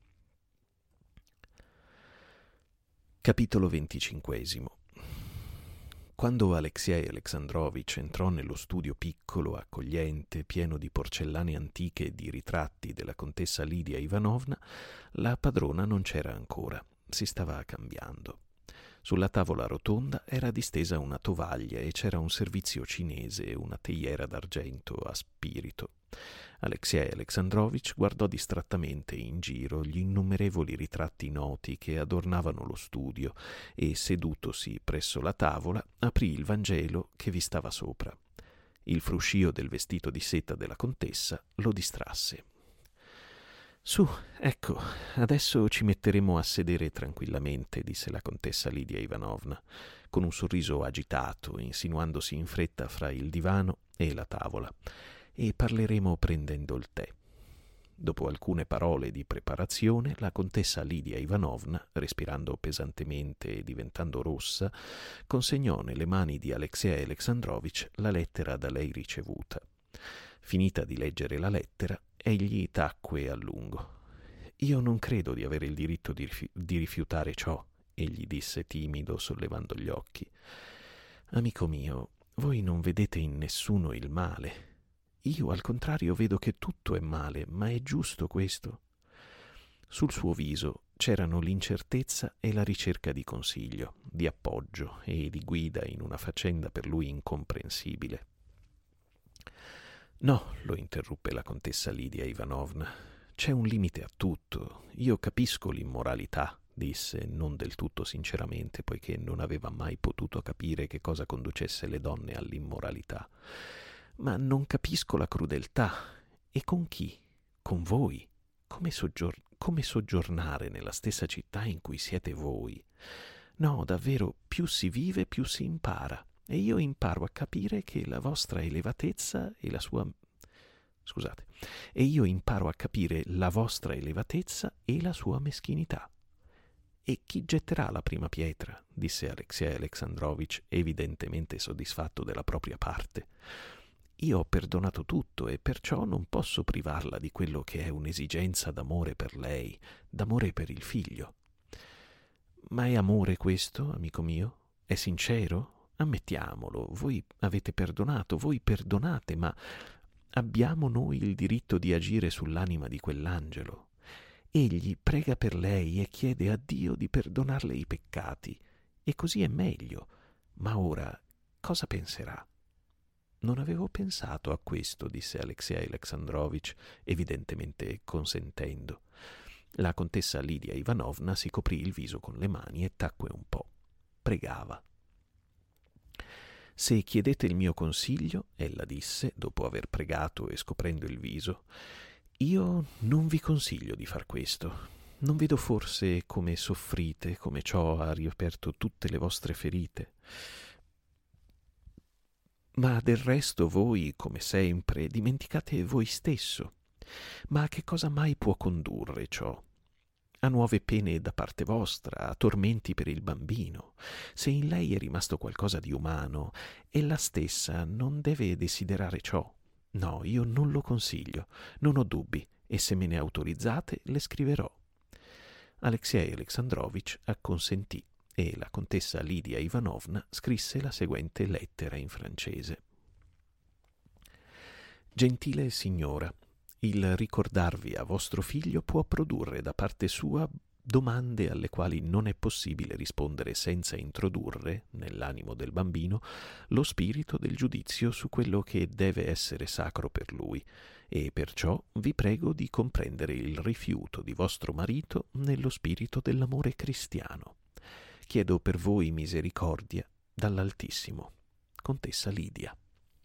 Capitolo venticinquesimo. Quando Alexei Alexandrovich entrò nello studio piccolo, accogliente, pieno di porcellane antiche e di ritratti della contessa Lidia Ivanovna, la padrona non c'era ancora, si stava cambiando. Sulla tavola rotonda era distesa una tovaglia e c'era un servizio cinese e una teiera d'argento a spirito. Alexei Alexandrovich guardò distrattamente in giro gli innumerevoli ritratti noti che adornavano lo studio e, sedutosi presso la tavola, aprì il Vangelo che vi stava sopra. Il fruscio del vestito di seta della contessa lo distrasse. «Su, ecco, adesso ci metteremo a sedere tranquillamente», disse la contessa Lidia Ivanovna, con un sorriso agitato, insinuandosi in fretta fra il divano e la tavola, «e parleremo prendendo il tè». Dopo alcune parole di preparazione, la contessa Lidia Ivanovna, respirando pesantemente e diventando rossa, consegnò nelle mani di Alexei Alexandrovich la lettera da lei ricevuta. Finita di leggere la lettera, egli tacque a lungo. «Io non credo di avere il diritto di, rifi- di rifiutare ciò», egli disse timido, sollevando gli occhi. «Amico mio, voi non vedete in nessuno il male. Io, al contrario, vedo che tutto è male, ma è giusto questo?» Sul suo viso c'erano l'incertezza e la ricerca di consiglio, di appoggio e di guida in una faccenda per lui incomprensibile. «No», lo interruppe la contessa Lidia Ivanovna, «c'è un limite a tutto. Io capisco l'immoralità», disse, non del tutto sinceramente, poiché non aveva mai potuto capire che cosa conducesse le donne all'immoralità. «Ma non capisco la crudeltà. E con chi? Con voi? Come, soggior- come soggiornare nella stessa città in cui siete voi? No, davvero, più si vive, più si impara. E io imparo a capire che la vostra elevatezza e la sua... Scusate. E io imparo a capire la vostra elevatezza e la sua meschinità». «E chi getterà la prima pietra?» disse Alexei Alexandrovich, evidentemente soddisfatto della propria parte. «Io ho perdonato tutto e perciò non posso privarla di quello che è un'esigenza d'amore per lei, d'amore per il figlio». «Ma è amore questo, amico mio? È sincero? Ammettiamolo, voi avete perdonato, voi perdonate, ma abbiamo noi il diritto di agire sull'anima di quell'angelo? Egli prega per lei e chiede a Dio di perdonarle i peccati, e così è meglio. Ma ora cosa penserà?» «Non avevo pensato a questo», disse Alexei Alexandrovich, evidentemente consentendo. La contessa Lidia Ivanovna si coprì il viso con le mani e tacque un po'. Pregava. «Se chiedete il mio consiglio», ella disse, dopo aver pregato e scoprendo il viso, «io non vi consiglio di far questo. Non vedo forse come soffrite, come ciò ha riaperto tutte le vostre ferite. Ma del resto voi, come sempre, dimenticate voi stesso. Ma a che cosa mai può condurre ciò? A nuove pene da parte vostra, a tormenti per il bambino. Se in lei è rimasto qualcosa di umano, ella stessa non deve desiderare ciò. No, io non lo consiglio, non ho dubbi, e se me ne autorizzate le scriverò». Alexei Alexandrovich acconsentì e la contessa Lidia Ivanovna scrisse la seguente lettera in francese. «Gentile signora, il ricordarvi a vostro figlio può produrre da parte sua domande alle quali non è possibile rispondere senza introdurre, nell'animo del bambino, lo spirito del giudizio su quello che deve essere sacro per lui, e perciò vi prego di comprendere il rifiuto di vostro marito nello spirito dell'amore cristiano. Chiedo per voi misericordia dall'Altissimo. Contessa Lidia.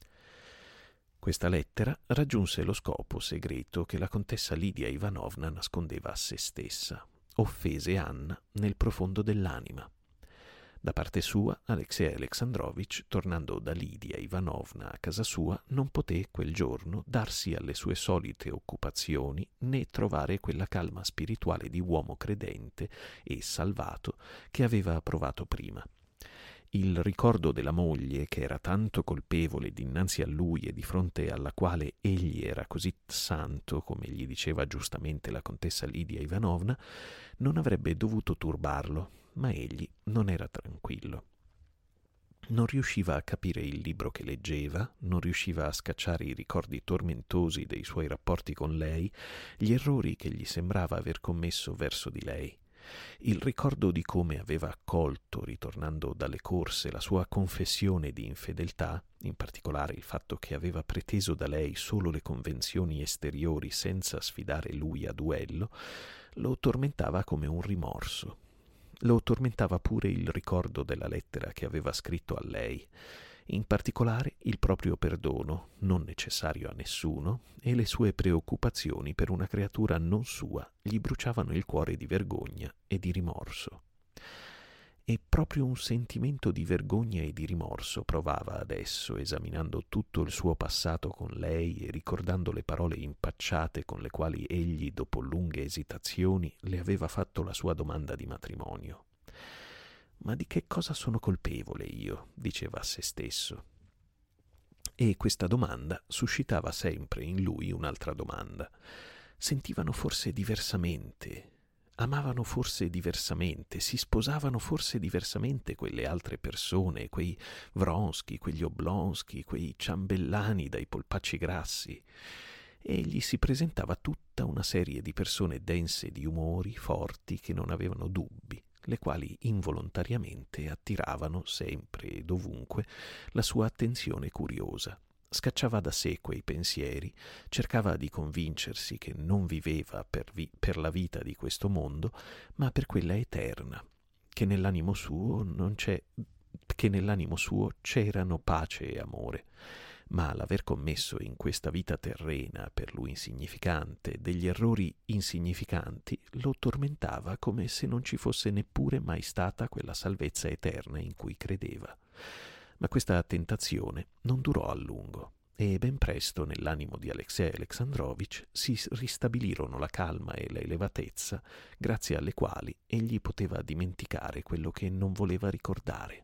Questa lettera raggiunse lo scopo segreto che la contessa Lidia Ivanovna nascondeva a se stessa. Offese Anna nel profondo dell'anima. Da parte sua, Alexei Alexandrovich, tornando da Lidia Ivanovna a casa sua, non poté quel giorno darsi alle sue solite occupazioni né trovare quella calma spirituale di uomo credente e salvato che aveva provato prima. Il ricordo della moglie, che era tanto colpevole dinanzi a lui e di fronte alla quale egli era così santo, come gli diceva giustamente la contessa Lidia Ivanovna, non avrebbe dovuto turbarlo, ma egli non era tranquillo. Non riusciva a capire il libro che leggeva, non riusciva a scacciare i ricordi tormentosi dei suoi rapporti con lei, gli errori che gli sembrava aver commesso verso di lei. Il ricordo di come aveva accolto, ritornando dalle corse, la sua confessione di infedeltà, in particolare il fatto che aveva preteso da lei solo le convenzioni esteriori senza sfidare lui a duello, lo tormentava come un rimorso. Lo tormentava pure il ricordo della lettera che aveva scritto a lei, in particolare il proprio perdono, non necessario a nessuno, e le sue preoccupazioni per una creatura non sua gli bruciavano il cuore di vergogna e di rimorso. E proprio un sentimento di vergogna e di rimorso provava adesso, esaminando tutto il suo passato con lei e ricordando le parole impacciate con le quali egli, dopo lunghe esitazioni, le aveva fatto la sua domanda di matrimonio. «Ma di che cosa sono colpevole io?» diceva a se stesso. E questa domanda suscitava sempre in lui un'altra domanda. Sentivano forse diversamente? Amavano forse diversamente? Si sposavano forse diversamente quelle altre persone, quei Vronsky, quegli Oblonsky, quei ciambellani dai polpacci grassi? E gli si presentava tutta una serie di persone dense di umori, forti, che non avevano dubbi, le quali involontariamente attiravano sempre e dovunque la sua attenzione curiosa. Scacciava da sé quei pensieri, cercava di convincersi che non viveva per, vi- per la vita di questo mondo, ma per quella eterna, che nell'animo suo non c'è, che nell'animo suo c'erano pace e amore. Ma l'aver commesso in questa vita terrena, per lui insignificante, degli errori insignificanti, lo tormentava come se non ci fosse neppure mai stata quella salvezza eterna in cui credeva. Ma questa tentazione non durò a lungo e ben presto nell'animo di Alexei Alexandrovich si ristabilirono la calma e la elevatezza grazie alle quali egli poteva dimenticare quello che non voleva ricordare.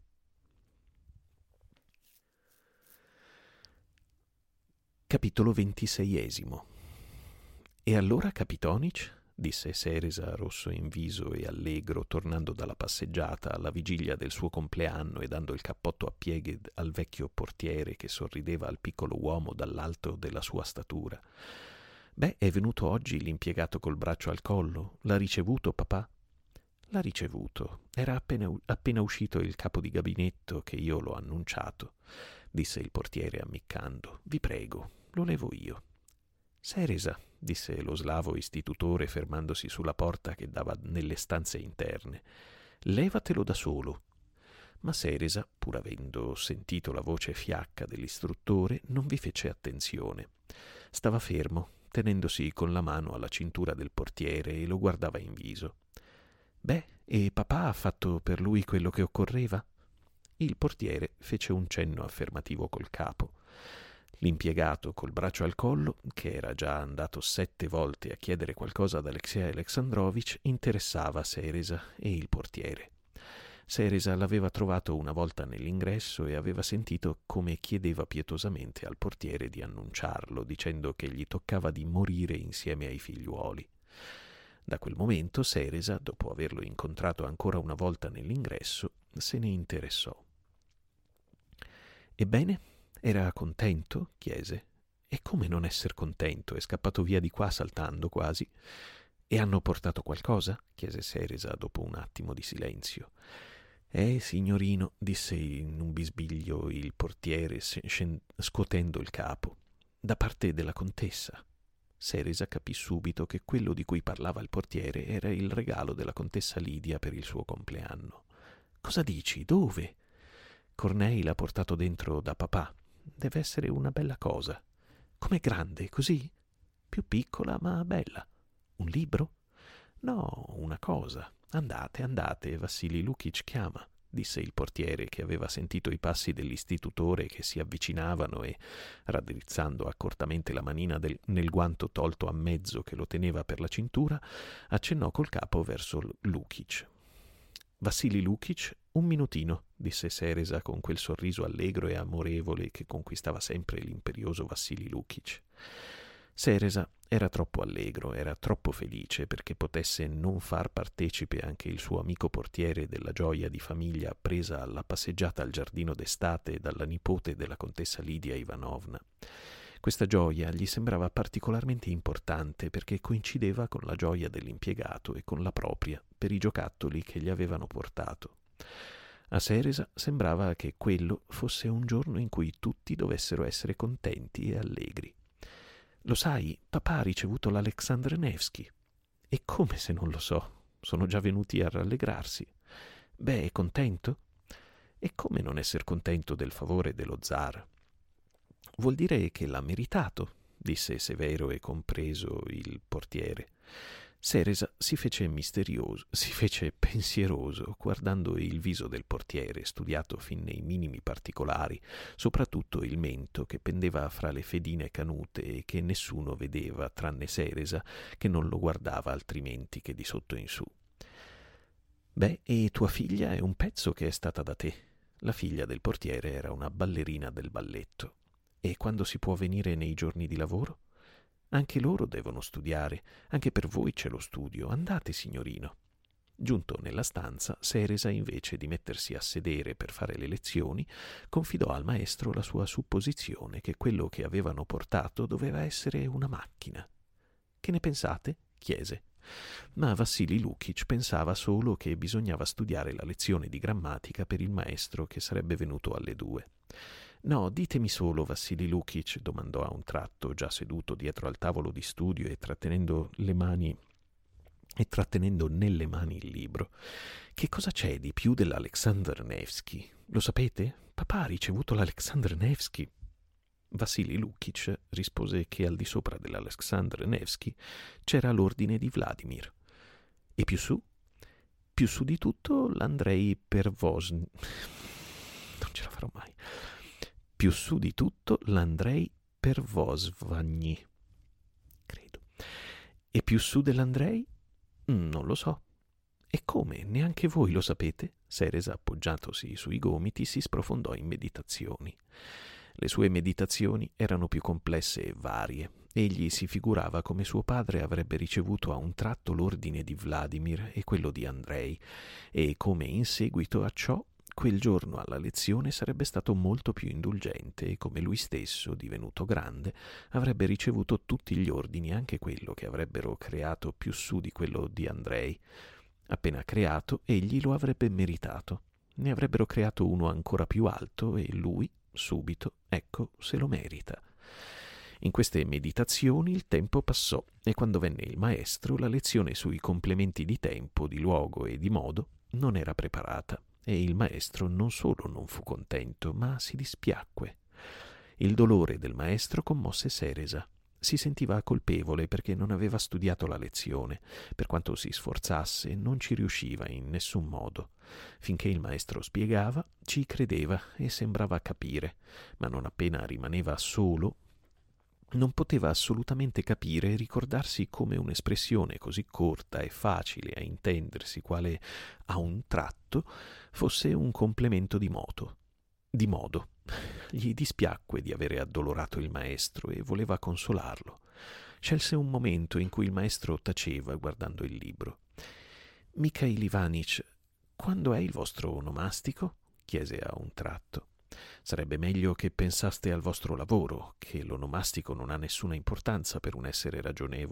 Capitolo ventiseiesimo. E allora, Kapitonich? Disse Seresa, rosso in viso e allegro, tornando dalla passeggiata alla vigilia del suo compleanno e dando il cappotto a pieghe al vecchio portiere che sorrideva al piccolo uomo dall'alto della sua statura. «Beh, è venuto oggi l'impiegato col braccio al collo? L'ha ricevuto, papà?» «L'ha ricevuto. Era appena, appena uscito il capo di gabinetto che io l'ho annunciato», disse il portiere ammiccando. «Vi prego, lo levo io». «Seresa», disse lo slavo istitutore fermandosi sulla porta che dava nelle stanze interne, «levatelo da solo». Ma Seresa, pur avendo sentito la voce fiacca dell'istruttore, non vi fece attenzione. Stava fermo, tenendosi con la mano alla cintura del portiere e lo guardava in viso. «Beh, e papà ha fatto per lui quello che occorreva?» Il portiere fece un cenno affermativo col capo. L'impiegato col braccio al collo, che era già andato sette volte a chiedere qualcosa ad Alexei Alexandrovich, interessava Seresa e il portiere. Seresa l'aveva trovato una volta nell'ingresso e aveva sentito come chiedeva pietosamente al portiere di annunciarlo, dicendo che gli toccava di morire insieme ai figliuoli. Da quel momento Seresa, dopo averlo incontrato ancora una volta nell'ingresso, se ne interessò. «Ebbene? Era contento?» chiese. «E come non esser contento? È scappato via di qua saltando quasi». E hanno portato qualcosa? Chiese Seresa dopo un attimo di silenzio. Eh, signorino, disse in un bisbiglio il portiere, scend- scuotendo il capo. Da parte della contessa. Seresa capì subito che quello di cui parlava il portiere era il regalo della contessa Lidia per il suo compleanno. Cosa dici? Dove? Cornei l'ha portato dentro da papà. Deve essere una bella cosa. Com'è grande, così? Più piccola, ma bella. Un libro? No, una cosa. Andate, andate, Vassili Lukic chiama, disse il portiere, che aveva sentito i passi dell'istitutore che si avvicinavano e, raddrizzando accortamente la manina del, nel guanto tolto a mezzo che lo teneva per la cintura, accennò col capo verso Lukic. Vassili Lukic, un minutino, disse Seresa con quel sorriso allegro e amorevole che conquistava sempre l'imperioso Vassili Lukic. Seresa era troppo allegro, era troppo felice perché potesse non far partecipe anche il suo amico portiere della gioia di famiglia presa alla passeggiata al giardino d'estate dalla nipote della contessa Lidia Ivanovna. Questa gioia gli sembrava particolarmente importante perché coincideva con la gioia dell'impiegato e con la propria per i giocattoli che gli avevano portato. A Seresa sembrava che quello fosse un giorno in cui tutti dovessero essere contenti e allegri. Lo sai, papà ha ricevuto l'Alexandr Nevsky. E come se non lo so? Sono già venuti a rallegrarsi. Beh, è contento? E come non essere contento del favore dello zar? Vuol dire che l'ha meritato, disse severo e compreso il portiere. Seresa si fece misterioso, si fece pensieroso, guardando il viso del portiere, studiato fin nei minimi particolari, soprattutto il mento che pendeva fra le fedine canute e che nessuno vedeva, tranne Seresa, che non lo guardava altrimenti che di sotto in su. Beh, e tua figlia è un pezzo che è stata da te. La figlia del portiere era una ballerina del balletto. E quando si può venire nei giorni di lavoro? Anche loro devono studiare, anche per voi c'è lo studio. Andate, signorino. Giunto nella stanza, Seresa, invece di mettersi a sedere per fare le lezioni, confidò al maestro la sua supposizione che quello che avevano portato doveva essere una macchina. Che ne pensate? Chiese. Ma Vassili Lukic pensava solo che bisognava studiare la lezione di grammatica per il maestro che sarebbe venuto alle due. No, ditemi solo, Vassili Lukic, domandò a un tratto, già seduto dietro al tavolo di studio e trattenendo le mani e trattenendo nelle mani il libro. Che cosa c'è di più dell'Alexandr Nevsky? Lo sapete? Papà ha ricevuto l'Alexandr Nevsky. Vassili Lukic rispose che al di sopra dell'Alexandr Nevsky c'era l'ordine di Vladimir. E più su? Più su di tutto l'Andrei Pervozny. Non ce la farò mai. Più su di tutto l'Andrei Pervozvagny, credo. E più su dell'Andrei? Non lo so. E come? Neanche voi lo sapete? Seresa, appoggiatosi sui gomiti, si sprofondò in meditazioni. Le sue meditazioni erano più complesse e varie. Egli si figurava come suo padre avrebbe ricevuto a un tratto l'ordine di Vladimir e quello di Andrei, e come in seguito a ciò quel giorno alla lezione sarebbe stato molto più indulgente e come lui stesso, divenuto grande, avrebbe ricevuto tutti gli ordini, anche quello che avrebbero creato più su di quello di Andrei. Appena creato, egli lo avrebbe meritato. Ne avrebbero creato uno ancora più alto e lui, subito, ecco, se lo merita. In queste meditazioni il tempo passò e quando venne il maestro la lezione sui complementi di tempo, di luogo e di modo non era preparata. E il maestro non solo non fu contento, ma si dispiacque. Il dolore del maestro commosse Seresa. Si sentiva colpevole perché non aveva studiato la lezione. Per quanto si sforzasse, non ci riusciva in nessun modo. Finché il maestro spiegava, ci credeva e sembrava capire, ma non appena rimaneva solo, non poteva assolutamente capire e ricordarsi come un'espressione così corta e facile a intendersi, quale a un tratto, fosse un complemento di modo. Di modo. Gli dispiacque di avere addolorato il maestro e voleva consolarlo. Scelse un momento in cui il maestro taceva guardando il libro. «Mikhail Ivanich, quando è il vostro onomastico?» chiese a un tratto. «Sarebbe meglio che pensaste al vostro lavoro, che l'onomastico non ha nessuna importanza per un essere ragionevole.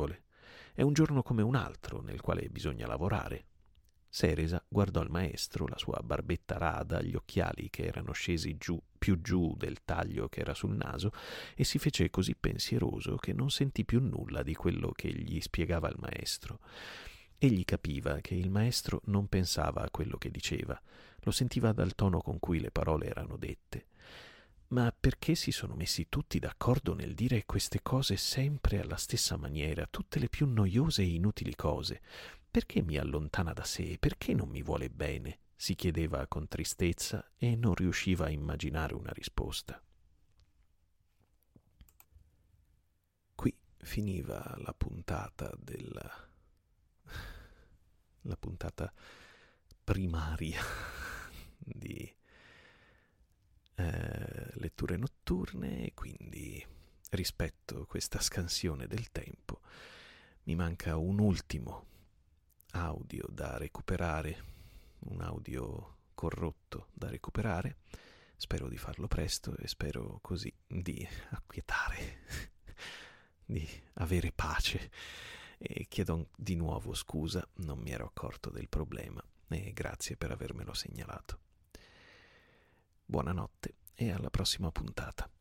È un giorno come un altro nel quale bisogna lavorare. Seresa guardò il maestro, la sua barbetta rada, gli occhiali che erano scesi giù, più giù del taglio che era sul naso, e si fece così pensieroso che non sentì più nulla di quello che gli spiegava il maestro. Egli capiva che il maestro non pensava a quello che diceva, lo sentiva dal tono con cui le parole erano dette. Ma perché si sono messi tutti d'accordo nel dire queste cose sempre alla stessa maniera, tutte le più noiose e inutili cose? Perché mi allontana da sé? Perché non mi vuole bene? Si chiedeva con tristezza e non riusciva a immaginare una risposta. Qui finiva la puntata della... la puntata primaria di eh, letture notturne, e quindi rispetto questa scansione del tempo mi manca un ultimo audio da recuperare, un audio corrotto da recuperare. Spero di farlo presto e spero così di acquietare, di avere pace, e chiedo di nuovo scusa, non mi ero accorto del problema e grazie per avermelo segnalato. Buonanotte e alla prossima puntata.